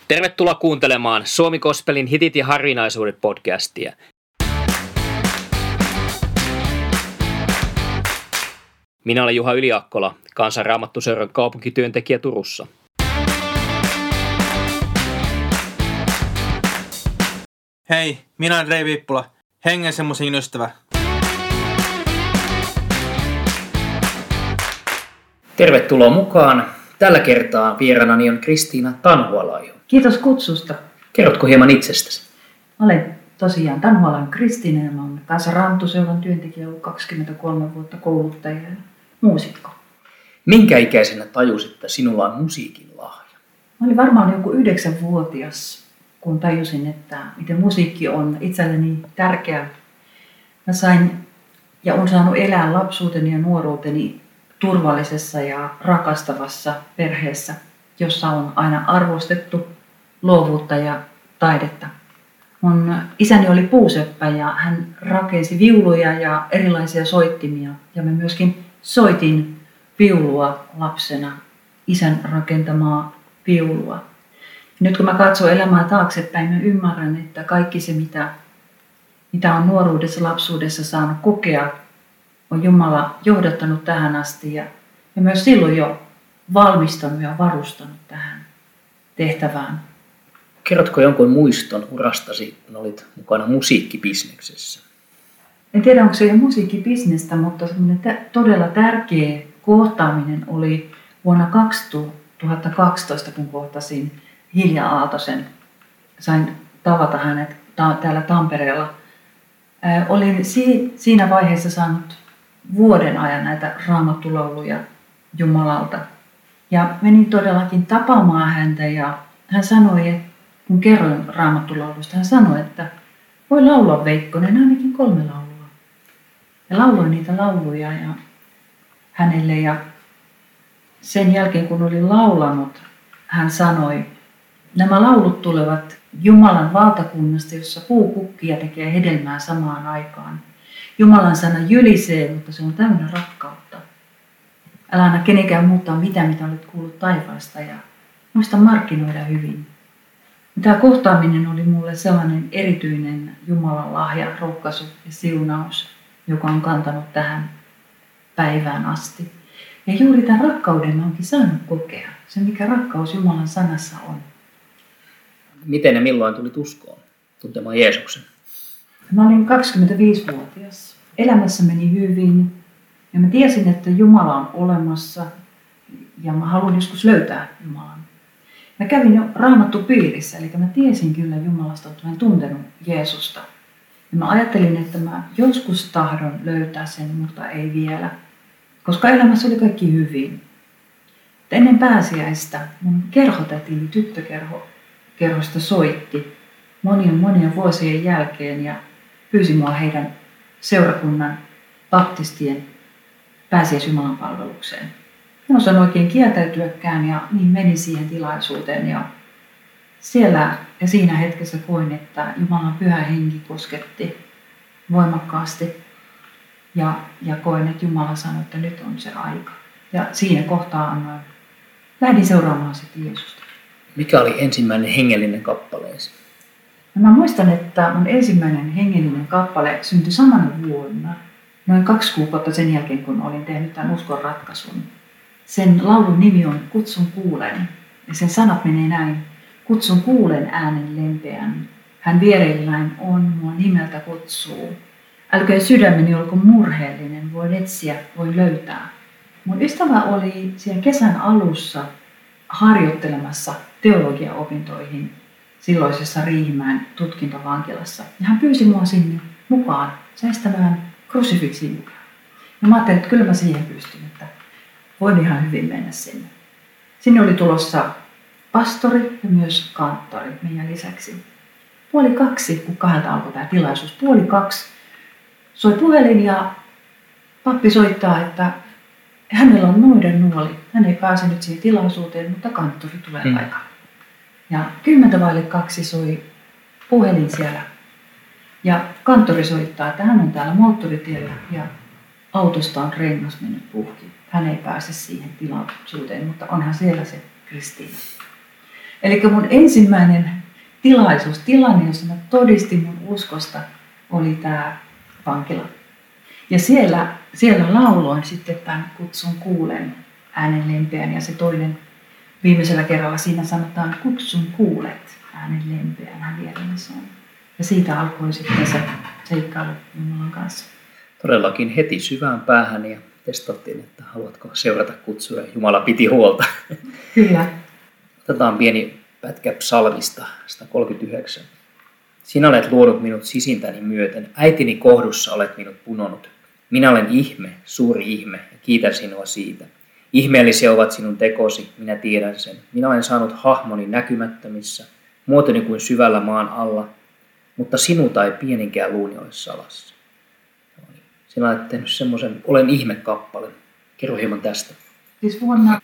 Tervetuloa kuuntelemaan Suomi Gospelin hitit ja harvinaisuudet podcastia. Minä olen Juha Yliakkola, Kansanraamattuseuran kaupunkityöntekijä Turussa. Hei, minä olen Rei Viippula, Hengen semmoisen ystävä. Tervetuloa mukaan. Tällä kertaa vieraanani on Kristiina Tanhualaiho. Kiitos kutsusta. Kerrotko hieman itsestäsi? Olen tosiaan Tanhualaiho Kristiina ja olen Kansanraamattuseuran työntekijä, ollut 23 vuotta kouluttaja ja muusikko. Minkä ikäisenä tajusit, että sinulla on musiikin lahja? Mä olin varmaan joku 9-vuotias, kun tajusin, että miten musiikki on itselleni tärkeä. Mä sain ja olen saanut elää lapsuuteni ja nuoruuteni turvallisessa ja rakastavassa perheessä, jossa on aina arvostettu luovuutta ja taidetta. Mun isäni oli puuseppä ja hän rakensi viuluja ja erilaisia soittimia. Ja mä myöskin soitin viulua lapsena, isän rakentamaa viulua. Nyt kun mä katson elämää taaksepäin, mä ymmärrän, että kaikki se, mitä on nuoruudessa, lapsuudessa saanut kokea, on Jumala johdattanut tähän asti ja myös silloin jo valmistanut ja varustanut tähän tehtävään. Kerrotko jonkun muiston urastasi, kun olit mukana musiikkibisneksessä? En tiedä, onko se jo musiikkibisnestä, mutta todella tärkeä kohtaaminen oli vuonna 2012, kun kohtasin Hilja Aaltosen. Sain tavata hänet täällä Tampereella. Olin siinä vaiheessa saanut vuoden ajan näitä raamattulauluja Jumalalta. Ja menin todellakin tapaamaan häntä ja hän sanoi, että kun kerroin raamattulaulusta, hän sanoi, että voi laulaa Veikkonen ainakin 3 laulua. Ja lauloin niitä lauluja ja hänelle ja sen jälkeen kun olin laulanut, hän sanoi, nämä laulut tulevat Jumalan valtakunnasta, jossa puu kukkii ja tekee hedelmää samaan aikaan. Jumalan sana jylisee, mutta se on täynnä rakkautta. Älä anna kenenkään muuttaa mitä olet kuullut taivaasta ja muista markkinoida hyvin. Tämä kohtaaminen oli mulle sellainen erityinen Jumalan lahja, rohkaisu ja siunaus, joka on kantanut tähän päivään asti. Ja juuri tämän rakkauden mä onkin saanut kokea, se mikä rakkaus Jumalan sanassa on. Miten ja milloin tulit uskoon tuntemaan Jeesuksen? Mä olin 25-vuotias. Elämässä meni hyvin ja mä tiesin, että Jumala on olemassa ja mä haluan joskus löytää Jumalan. Mä kävin jo raamattupiirissä, eli mä tiesin kyllä Jumalasta, että mä en tuntenut Jeesusta. Ja mä ajattelin, että mä joskus tahdon löytää sen, mutta ei vielä, koska elämässä oli kaikki hyvin. Ennen pääsiäistä mun kerhotätini tyttökerhosta soitti monien vuosien jälkeen ja pyysi mua heidän seurakunnan baptistien pääsiäisjumalan palvelukseen. En osannut oikein kieltäytyäkään ja niin menin siihen tilaisuuteen ja siellä ja siinä hetkessä koin, että Jumalan pyhä henki kosketti voimakkaasti ja koin, että Jumala sanoi, että nyt on se aika. Ja siinä kohtaa lähdin seuraamaan sitten Jeesusta. Mikä oli ensimmäinen hengellinen kappaleesi? Mä muistan, että mun ensimmäinen hengellinen kappale syntyi samana vuonna, noin 2 kuukautta sen jälkeen, kun olin tehnyt tämän uskon ratkaisun. Sen laulun nimi on Kutsun kuulen ja sen sanat menee näin. Kutsun kuulen äänen lempeän, hän viereilläin on, mua nimeltä kutsuu. Älköön sydämeni olko murheellinen, voin etsiä, voin löytää. Mun ystävä oli siellä kesän alussa harjoittelemassa teologiaopintoihin silloisessa Riihimäen tutkintavankilassa. Ja hän pyysi mua sinne mukaan säästämään krusifiksiin mukaan. Ja mä ajattelin, että kyllä mä siihen pystyn, että voin ihan hyvin mennä sinne. Sinne oli tulossa pastori ja myös kanttori meidän lisäksi. 1:30, kun 2 alkoi tämä tilaisuus, 1:30 soi puhelin ja pappi soittaa, että hänellä on noiden nuoli. Hän ei pääse nyt siihen tilaisuuteen, mutta kanttori tulee paikalle. Ja 1:10 soi puhelin siellä. Ja kanttori soittaa, että hän on täällä moottoritiellä ja autosta on rengas mennyt puhki. Hän ei pääse siihen tilaisuuteen, mutta onhan siellä se Kristiina. Eli mun ensimmäinen tilanne, jossa mä todistin mun uskosta, oli tämä vankila. Ja siellä lauloin sitten tämän Kutsun kuulen äänen lempeän, ja se toinen viimeisellä kerralla siinä sanotaan Kutsun kuulet äänen lempeän, hän vierellä on. Ja siitä alkoi sitten se seikkailu Jumalan kanssa. Todellakin heti syvään päähän ja testattiin, että haluatko seurata kutsua. Jumala piti huolta. Kyllä. Otetaan pieni pätkä psalmista 139. Sinä olet luonut minut sisintäni myöten, äitini kohdussa olet minut punonut. Minä olen ihme, suuri ihme, ja kiitän sinua siitä. Ihmeellisiä ovat sinun tekosi, minä tiedän sen. Minä olen saanut hahmoni näkymättömissä, muotoni kuin syvällä maan alla, mutta sinulta ei pieninkään luuni ole salassa. Sinä olet tehnyt semmoisen Olen ihme-kappaleen. Kerro hieman tästä. Siis vuonna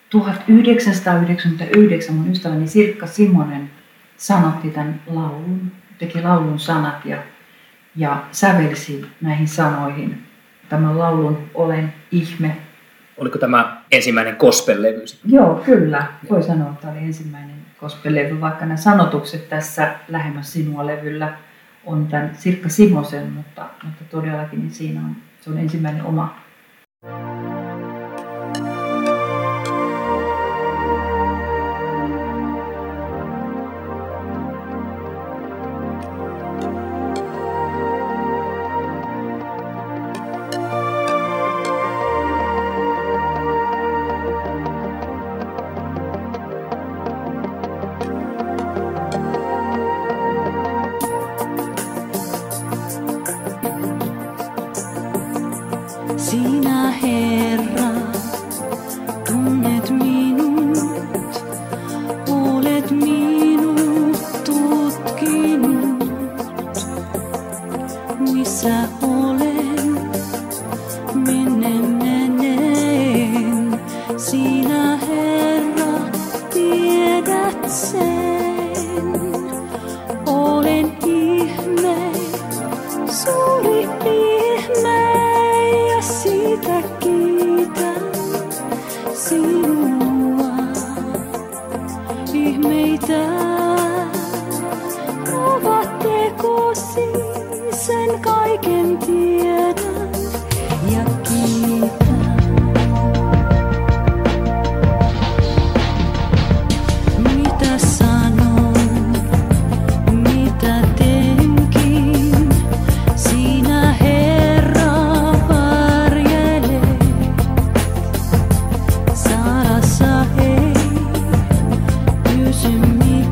1999 mun ystäväni Sirkka Simonen sanotti tämän laulun, teki laulun sanat ja sävelsi näihin sanoihin tämän laulun Olen ihme. Oliko tämä ensimmäinen gospel-levy? Joo, kyllä. Voi sanoa, että tämä oli ensimmäinen gospel-levy, vaikka nämä sanotukset tässä Lähemmäs sinua -levyllä on tämän Sirkka Simosen, mutta todellakin niin se on ensimmäinen oma. Sinä Herra, tunnet minut, olet minut tutkinut. Missä olen, minne menen, sinä Herra tiedät sen. Olen ihme, suuri ihme. Siitä kiitän sinua, ihmeitä ovat tekosi, sen kaiken tiedän ja kiitän. Mitä sanon, mitä teenkin, sinä Herra salassa ei kysy mitään.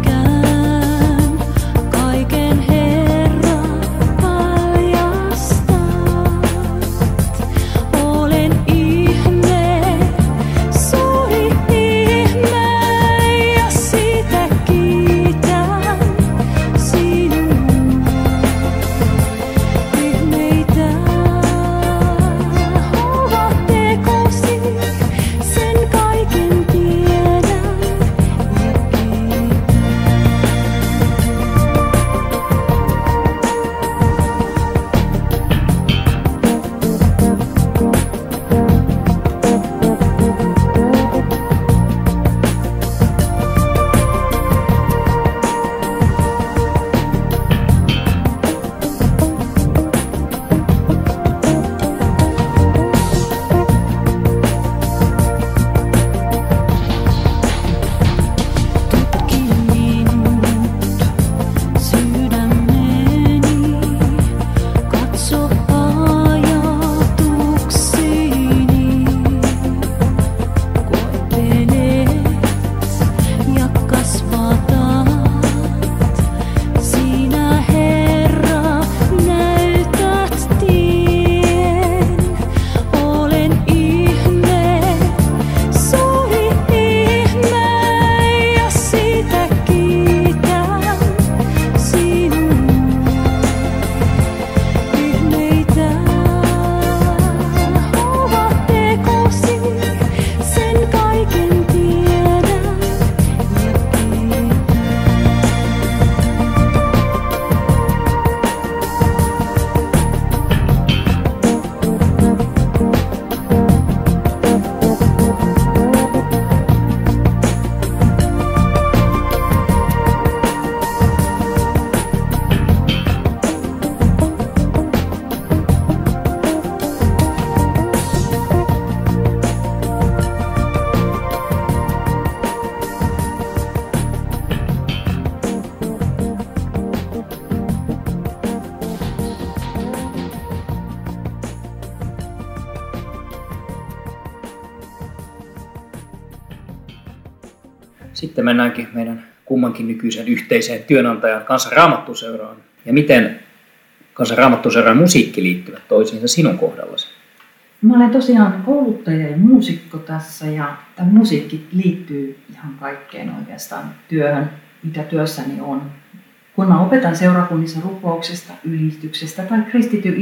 Sitten mennäänkin meidän kummankin nykyisen yhteiseen työnantajan Kansan Raamattuseuraan. Ja miten Kansan Raamattuseuran musiikki liittyvät toisiinsa sinun kohdallasi? Mä olen tosiaan kouluttaja ja muusikko tässä ja tämä musiikki liittyy ihan kaikkeen oikeastaan työhön, mitä työssäni on. Kun mä opetan seurakunnissa rukouksesta, ylistyksestä tai kristityn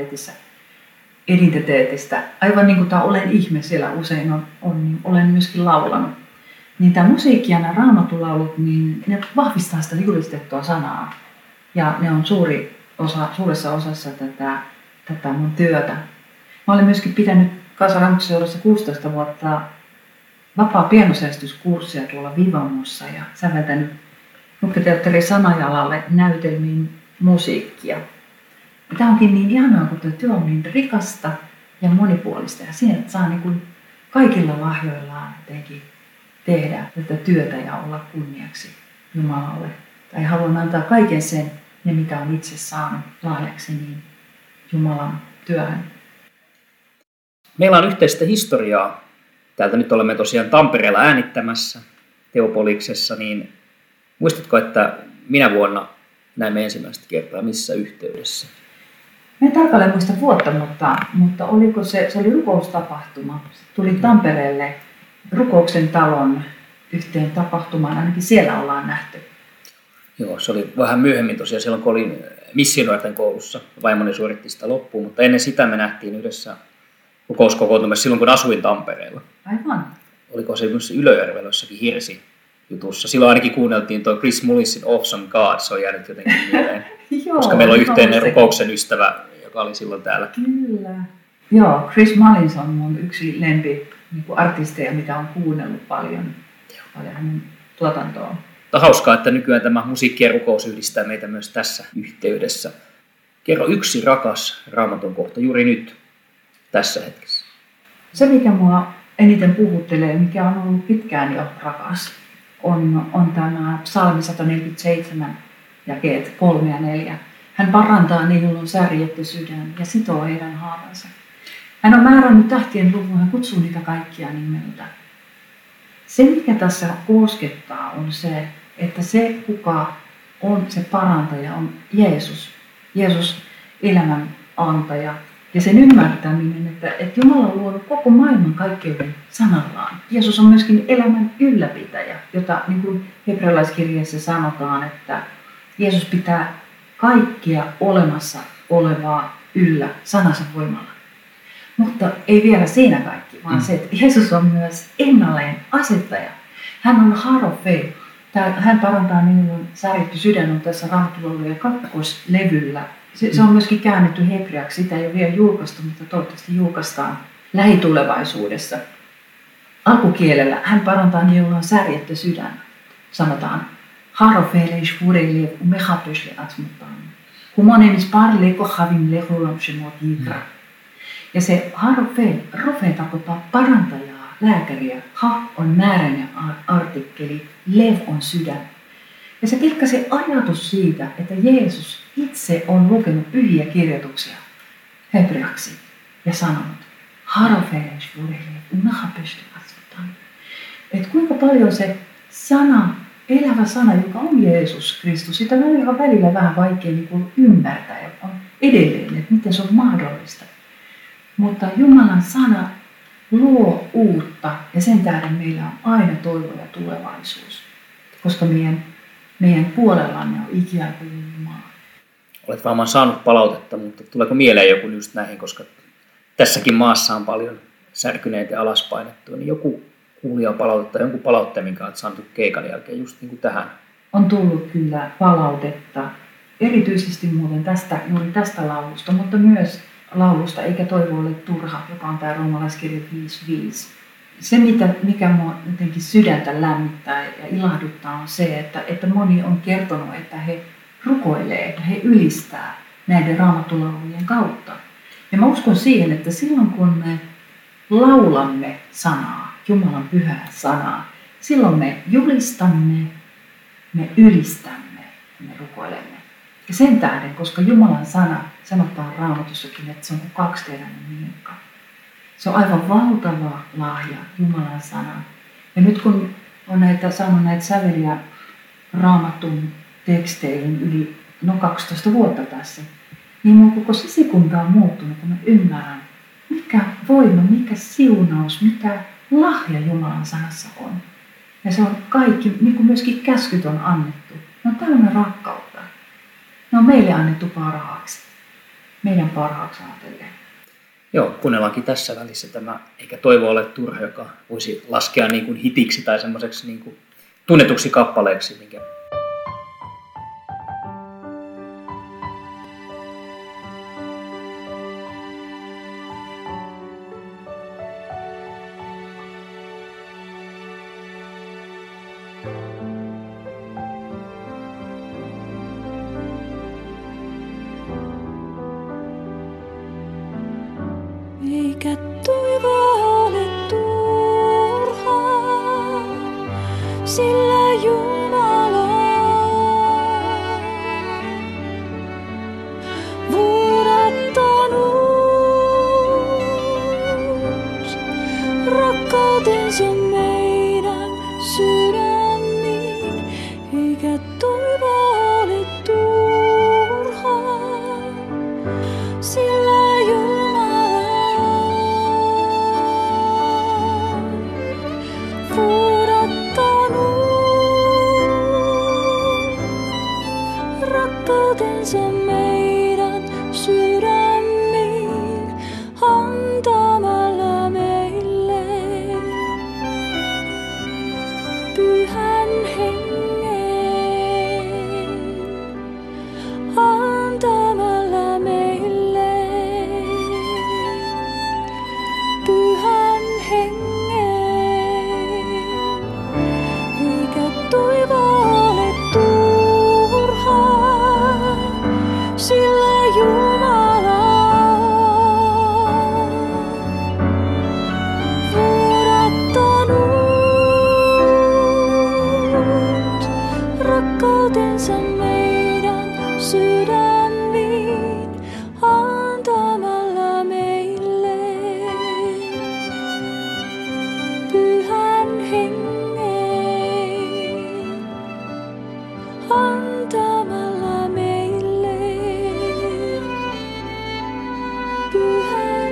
identiteetistä, aivan niin kuin tämä Olen ihme siellä usein on niin olen myöskin laulanut. Niin tämä musiikki ja nämä raamatulaulut, niin ne vahvistaa sitä julistettua sanaa. Ja ne on suuressa osassa tätä mun työtä. Mä olen myöskin pitänyt Kansan Raamattuseurassa 16 vuotta vapaa pianosäestyskurssia tuolla Vivamossa ja säveltänyt Nukketeatteri Sanajalalle näytelmiin musiikkia. Ja tämä onkin niin ihanaa, kun tuo työ on niin rikasta ja monipuolista ja siinä saa niin kuin kaikilla lahjoillaan jotenkin tehdä tätä työtä ja olla kunniaksi Jumalalle. Tai haluan antaa kaiken sen, ne mitä on itse saanut lahjaksi, niin Jumalan työhön. Meillä on yhteistä historiaa. Täältä nyt olemme tosiaan Tampereella äänittämässä Teopoliksessa, niin muistatko, että minä vuonna näimme ensimmäistä kertaa missä yhteydessä? Mä en tarkalleen muista vuotta, mutta oliko se oli rukoustapahtuma. Tulin Tampereelle Rukouksen talon yhteen tapahtumaan, ainakin siellä ollaan nähty. Joo, se oli vähän myöhemmin tosiaan silloin, kun olin missionuorten koulussa. Vaimoni suoritti sitä loppuun, mutta ennen sitä me nähtiin yhdessä rukouskokoontumassa silloin, kun asuin Tampereella. Aivan. Oliko se Ylöjärvellä jossakin hirsijutussa? Silloin ainakin kuunneltiin tuo Chris Mullisin Awesome God, se on jäänyt jotenkin mieleen. Joo, koska meillä on yhteinen rukouksen ystävä, joka oli silloin täällä. Kyllä. Joo, Chris Mullins on mun yksi lempi niin artisteja, mitä on kuunnellut paljon hänen tuotantoon. Mutta hauskaa, että nykyään tämä musiikki ja rukous yhdistää meitä myös tässä yhteydessä. Kerro yksi rakas Raamatun kohta juuri nyt, tässä hetkessä. Se, mikä mua eniten puhuttelee, mikä on ollut pitkään jo rakas, on tämä psalmi 147, jakeet 3 ja 4. Hän parantaa ne, joilla on särjetty sydän ja sitoo heidän haavansa. Hän on määrännyt tähtien luvun, hän kutsuu niitä kaikkia nimeltä. Se, mikä tässä koskettaa, on se, että se, kuka on se parantaja, on Jeesus. Jeesus, elämän antaja. Ja sen ymmärtäminen, että Jumala on luonut koko maailman kaikkeuden sanallaan. Jeesus on myöskin elämän ylläpitäjä, jota niin kuin hebrealaiskirjeessä sanotaan, että Jeesus pitää kaikkia olemassa olevaa yllä sanansa voimalla. Mutta ei vielä siinä kaikki, vaan se, että Jeesus on myös ennalleen asettaja. Hän on Harofei. Hän parantaa minun särjetty sydän on tässä Raamattuloulujen kakkoslevyllä. Se on myöskin käännetty hebreaksi. Sitä ei ole vielä julkaistu, mutta toivottavasti julkaistaan lähitulevaisuudessa. Alkukielellä hän parantaa ne, joilla on särjetty sydän. Sanotaan Harofei shvurei umechapes leatzmutam. Humonemis parle kochavim lehulam shemot yikra. Ja se Rofe tarkoittaa parantajaa, lääkäriä. Ha on määräinen artikkeli, lev on sydän. Ja se pelkkä se ajatus siitä, että Jeesus itse on lukenut pyhiä kirjoituksia hebreaksi ja sanonut, että kuinka paljon se sana, elävä sana, joka on Jeesus Kristus, sitä on välillä vähän vaikea niin ymmärtää ja on edelleen, että miten se on mahdollista. Mutta Jumalan sana luo uutta ja sen tähden meillä on aina toivo ja tulevaisuus, koska meidän puolellamme on ikiaikainen Jumala. Olet varmaan saanut palautetta, mutta tuleeko mieleen joku just näihin, koska tässäkin maassa on paljon särkyneitä ja alaspainettua, niin joku kuulija palautetta, jonkun palautteen, minkä olet saanut keikan jälkeen just niin kuin tähän? On tullut kyllä palautetta, erityisesti muuten juuri tästä laulusta, mutta myös laulusta Eikä toivo ole turha, joka on tämä roomalaiskirja 5.5. Se, mikä minua jotenkin sydäntä lämmittää ja ilahduttaa, on se, että moni on kertonut, että he rukoilee ja he ylistää näiden raamattulaulujen kautta. Ja mä uskon siihen, että silloin kun me laulamme sanaa, Jumalan pyhää sanaa, silloin me julistamme, me ylistämme ja me rukoilemme. Ja sen tähden, koska Jumalan sana sanotaan Raamatussakin, että se on kuin kaksiteräinen miekka. Se on aivan valtava lahja, Jumalan sana. Ja nyt kun olen saanut näitä säveliä Raamatun teksteihin yli 12 vuotta tässä. Niin mun koko sisikunta on muuttunut, kun mä ymmärrän, mikä voima, mikä siunaus, mitä lahja Jumalan sanassa on. Ja se on kaikki, niin kuin myöskin käskyt on annettu. Ne on täynnä rakkautta. Ne on meille annettu parhaaksi. Meidän parhaaksi ajatellen. Joo, kuunnellaankin tässä välissä tämä, eikä toivo ole turha, joka voisi laskea niin kuin hitiksi tai semmoiseksi niin kuin tunnetuksi kappaleeksi. Minkä... Eikä toivo ole turhaa, sillä Jumala vuodattanut rakkautensa meidän sydämiin. Eikä toivo ole turhaa, sillä Jumala rakkautensa meidän sydämiin antamalla meille pyhän hengen, antamalla meille pyhän hengen, eikä toivo ole turhaa, sillä Jumala vuodattanut rakkautensa meidän sydämiin antamalla meille pyhän hengen, antamalla meille pyhän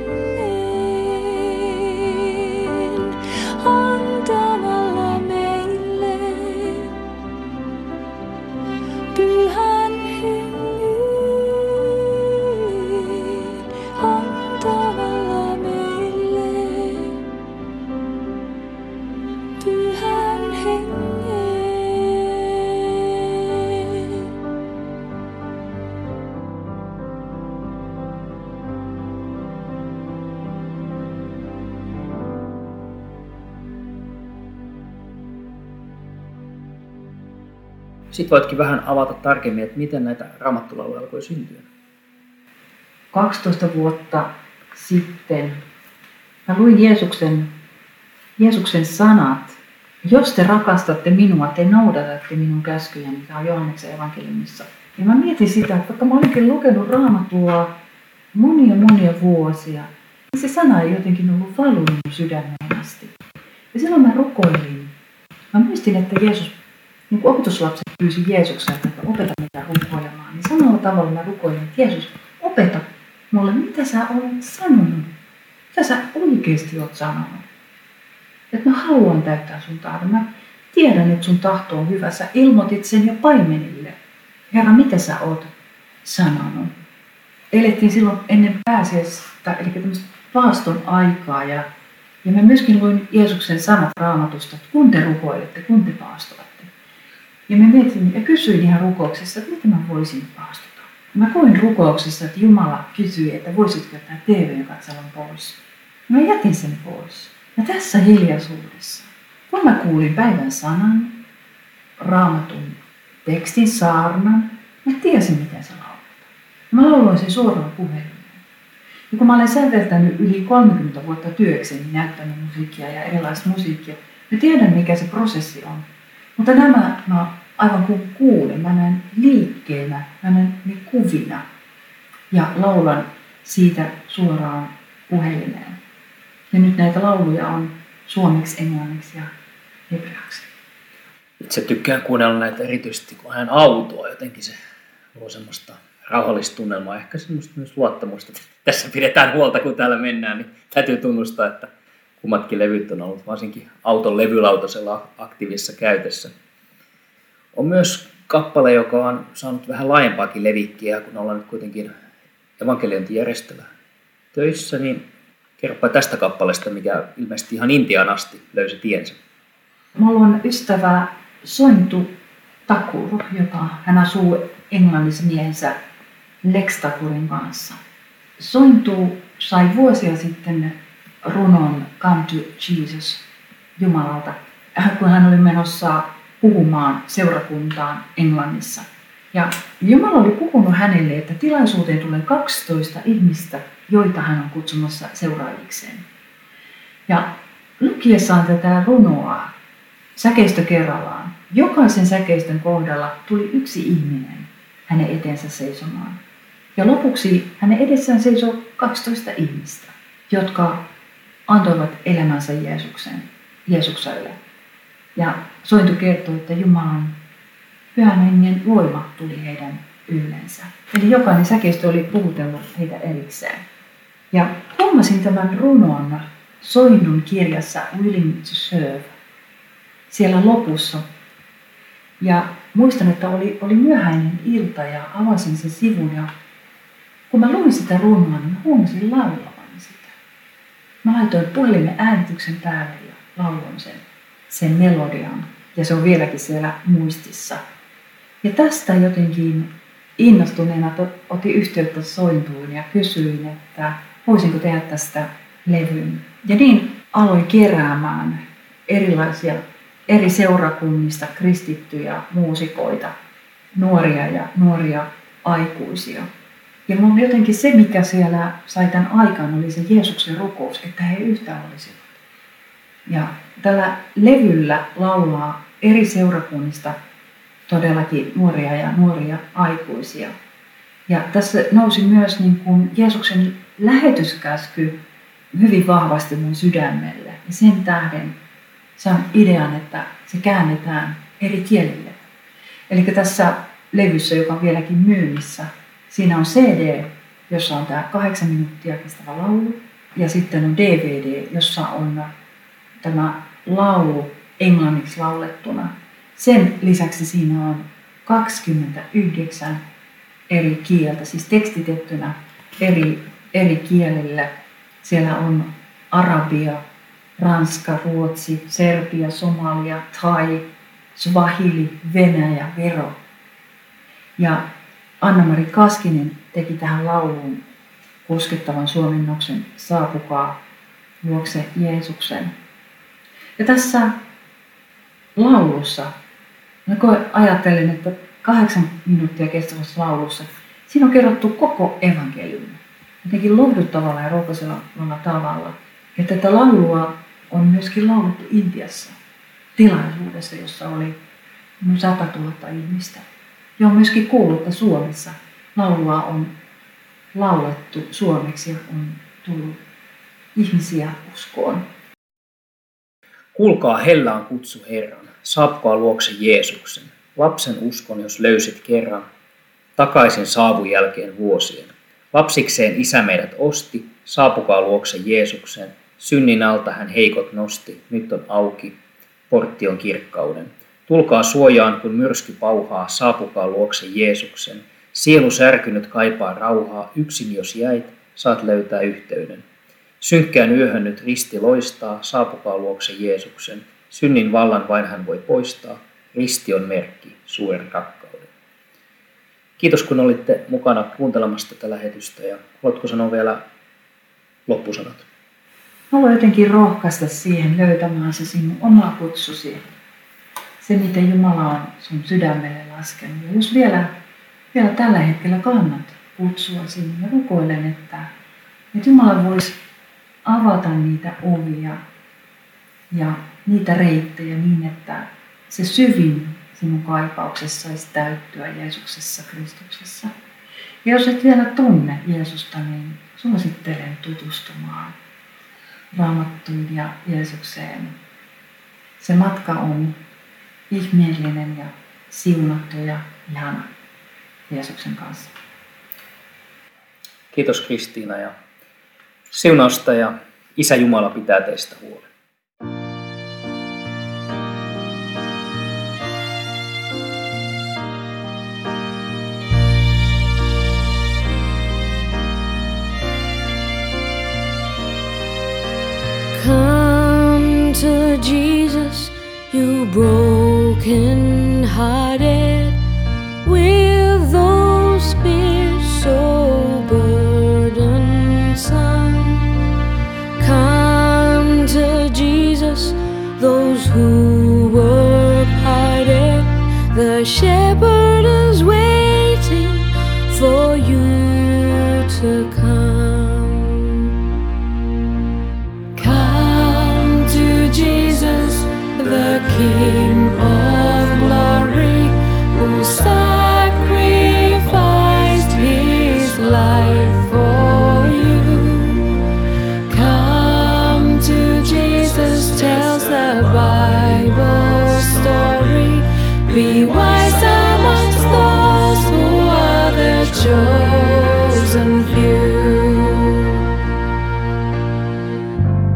hengen, antamalla meille pyhän hengen, antamalla meille pyhän hengen. Sitten voitkin vähän avata tarkemmin, että miten näitä raamattulauluja alkoi syntyä. 12 vuotta sitten mä luin Jeesuksen sanat. Jos te rakastatte minua, te noudatatte minun käskyjäni, mikä on Johanneksen evankeliumissa. Ja mä mietin sitä, että vaikka mä olinkin lukenut Raamattua monia vuosia, niin se sana ei jotenkin ollut valunut sydämeen asti. Ja silloin mä rukoilin. Mä muistin, että Jeesus, niin kuin opetuslapset pyysi Jeesukselta, että opeta mitä rukoilemaan, niin samalla tavalla mä rukoilin, että Jeesus, opeta mulle, mitä sä olet sanonut. Mitä sä oikeasti olet sanonut. Että mä haluan täyttää sun tahdon. Mä tiedän, että sun tahto on hyvä. Sä ilmoitit sen jo paimenille. Herra, mitä sä oot sanonut? Elettiin silloin ennen pääsiäistä, eli tämmöistä paaston aikaa. Ja mä myöskin luin Jeesuksen sanat Raamatusta, että kun te rukoilette, kun te paastoatte. Ja mä mietin ja kysyin ihan rukouksessa, että mitä mä voisin paastota. Ja mä koin rukouksessa, että Jumala kysyi, että voisitko jättää TV-katselun pois. Ja mä jätin sen pois. Ja tässä hiljaisuudessa, kun mä kuulin päivän sanan, Raamatun tekstin saarnan, mä tiesin, miten se lauletaan. Mä lauloin sen suoraan puhelimeen. Ja kun mä olen säveltänyt yli 30 vuotta työkseni, näyttänyt musiikkia ja erilaista musiikkia, mä tiedän, mikä se prosessi on. Mutta nämä mä aivan kuin kuulen, mä näen liikkeenä, mä näen ne kuvina ja laulan siitä suoraan puhelimeen. Ja nyt näitä lauluja on suomeksi, englanniksi ja hebreaksi. Itse tykkään kuunnella näitä erityisesti, kun hän autoa. Jotenkin se luo semmoista rauhallista tunnelmaa, ehkä semmoista myös luottamusta. Tässä pidetään huolta, kun täällä mennään, niin täytyy tunnustaa, että kummatkin levyt on ollut varsinkin auton levylautasella aktiivisessa käytössä. On myös kappale, joka on saanut vähän laajempaakin levikkiä, kun ollaan nyt kuitenkin evankeliointijärjestöllä töissä, niin kerropa tästä kappaleesta, mikä ilmeisesti ihan Intiaan asti löysi tiensä. Mulla on ystävä Sointu Thakur, hän asuu Englannissa miehensä Lex Thakurin kanssa. Sointu sai vuosia sitten runon Come to Jesus Jumalalta, kun hän oli menossa puhumaan seurakuntaan Englannissa. Ja Jumala oli puhunut hänelle, että tilaisuuteen tulee 12 ihmistä, joita hän on kutsumassa seuraajikseen. Ja lukiessaan tätä runoa säkeistö kerrallaan, jokaisen säkeistön kohdalla tuli yksi ihminen hänen eteensä seisomaan. Ja lopuksi hänen edessään seisoi 12 ihmistä, jotka antoivat elämänsä Jeesukselle. Ja Sointu kertoo, että Jumalan Pyhän Hengen voima tuli heidän yllensä. Eli jokainen säkeistö oli puhutellut heitä erikseen. Ja huomasin tämän runon Sointun kirjassa Willing to Serve siellä lopussa. Ja muistan, että oli myöhäinen ilta ja avasin sen sivun. Ja kun mä luin sitä runoa, niin huomasin laulavani sitä. Mä laitoin puhelimen äänityksen päälle ja lauloin sen melodian. Ja se on vieläkin siellä muistissa. Ja tästä jotenkin innostuneena otin yhteyttä Sointuun ja kysyin, että voisinko tehdä tästä levyn. Ja niin aloin keräämään erilaisia eri seurakunnista kristittyjä muusikoita, nuoria aikuisia. Ja mun jotenkin se, mikä siellä sai tämän aikaan, oli se Jeesuksen rukous, että he yhtään olisivat. Ja tällä levyllä laulaa eri seurakunnista todellakin nuoria aikuisia. Ja tässä nousi myös niin kuin Jeesuksen lähetyskäsky hyvin vahvasti mun sydämelle. Ja sen tähden saan idean, että se käännetään eri kielille. Eli tässä levyssä, joka on vieläkin myynnissä, siinä on CD, jossa on tämä 8 minuuttia kestävä laulu. Ja sitten on DVD, jossa on tämä laulu englanniksi laulettuna. Sen lisäksi siinä on 29 eri kieltä, siis tekstitettynä eri kielille. Siellä on arabia, ranska, ruotsi, serbia, somalia, thai, swahili, venäjä, vero. Ja Anna-Mari Kaskinen teki tähän lauluun koskettavan suomennoksen Saapukaa luokse Jeesuksen. Ja tässä laulussa, ajattelen, että 8 minuuttia kestävässä laulussa, siinä on kerrottu koko evankeliumi. Jotenkin lohduttavalla ja rohkaisevalla tavalla. Ja tätä laulua on myöskin laulettu Intiassa tilaisuudessa, jossa oli 100 000 ihmistä. Ja on myöskin kuullut, että Suomessa laulua on laulettu suomeksi ja on tullut ihmisiä uskoon. Kuulkaa, hellä on kutsu Herran, saapukaa luokse Jeesuksen. Lapsen uskon, jos löysit kerran, takaisin saavun jälkeen vuosien. Lapsikseen isä meidät osti, saapukaa luokse Jeesuksen. Synnin alta hän heikot nosti, nyt on auki, portti on kirkkauden. Tulkaa suojaan, kun myrsky pauhaa, saapukaa luokse Jeesuksen. Sielu särkynyt kaipaa rauhaa, yksin jos jäit, saat löytää yhteyden. Synkkään yöhön nyt risti loistaa, saapukaa luokse Jeesuksen. Synnin vallan vain hän voi poistaa, risti on merkki suuren rakkauden. Kiitos kun olitte mukana kuuntelemassa tätä lähetystä ja haluatko sanoa vielä loppusanat? Haluan jotenkin rohkaista siihen löytämään se sinun oma kutsusi. Se, miten Jumala on sun sydämelle laskenut. Ja jos vielä tällä hetkellä kannat kutsua sinne ja rukoilen, että Jumala voisi avata niitä ovia ja niitä reittejä niin, että se syvin sinun kaipauksessa saisi täyttyä Jeesuksessa, Kristuksessa. Ja jos et vielä tunne Jeesusta, niin suosittelen tutustumaan Raamattuun ja Jeesukseen. se matka on ihmeellinen ja siunattu ja ihana Jeesuksen kanssa. Kiitos Kristiina ja siunausta ja Isä Jumala pitää teistä huolen. Come to Jesus, you broken-hearted, with those fears so burdensome. Come to Jesus, those who work-hearted, the shepherd is waiting for you to come. Jesus, the King of glory, who sacrificed his life for you. Come to Jesus, tells the Bible story. Be wise amongst those who are the chosen few.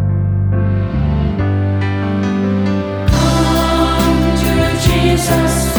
Jesus.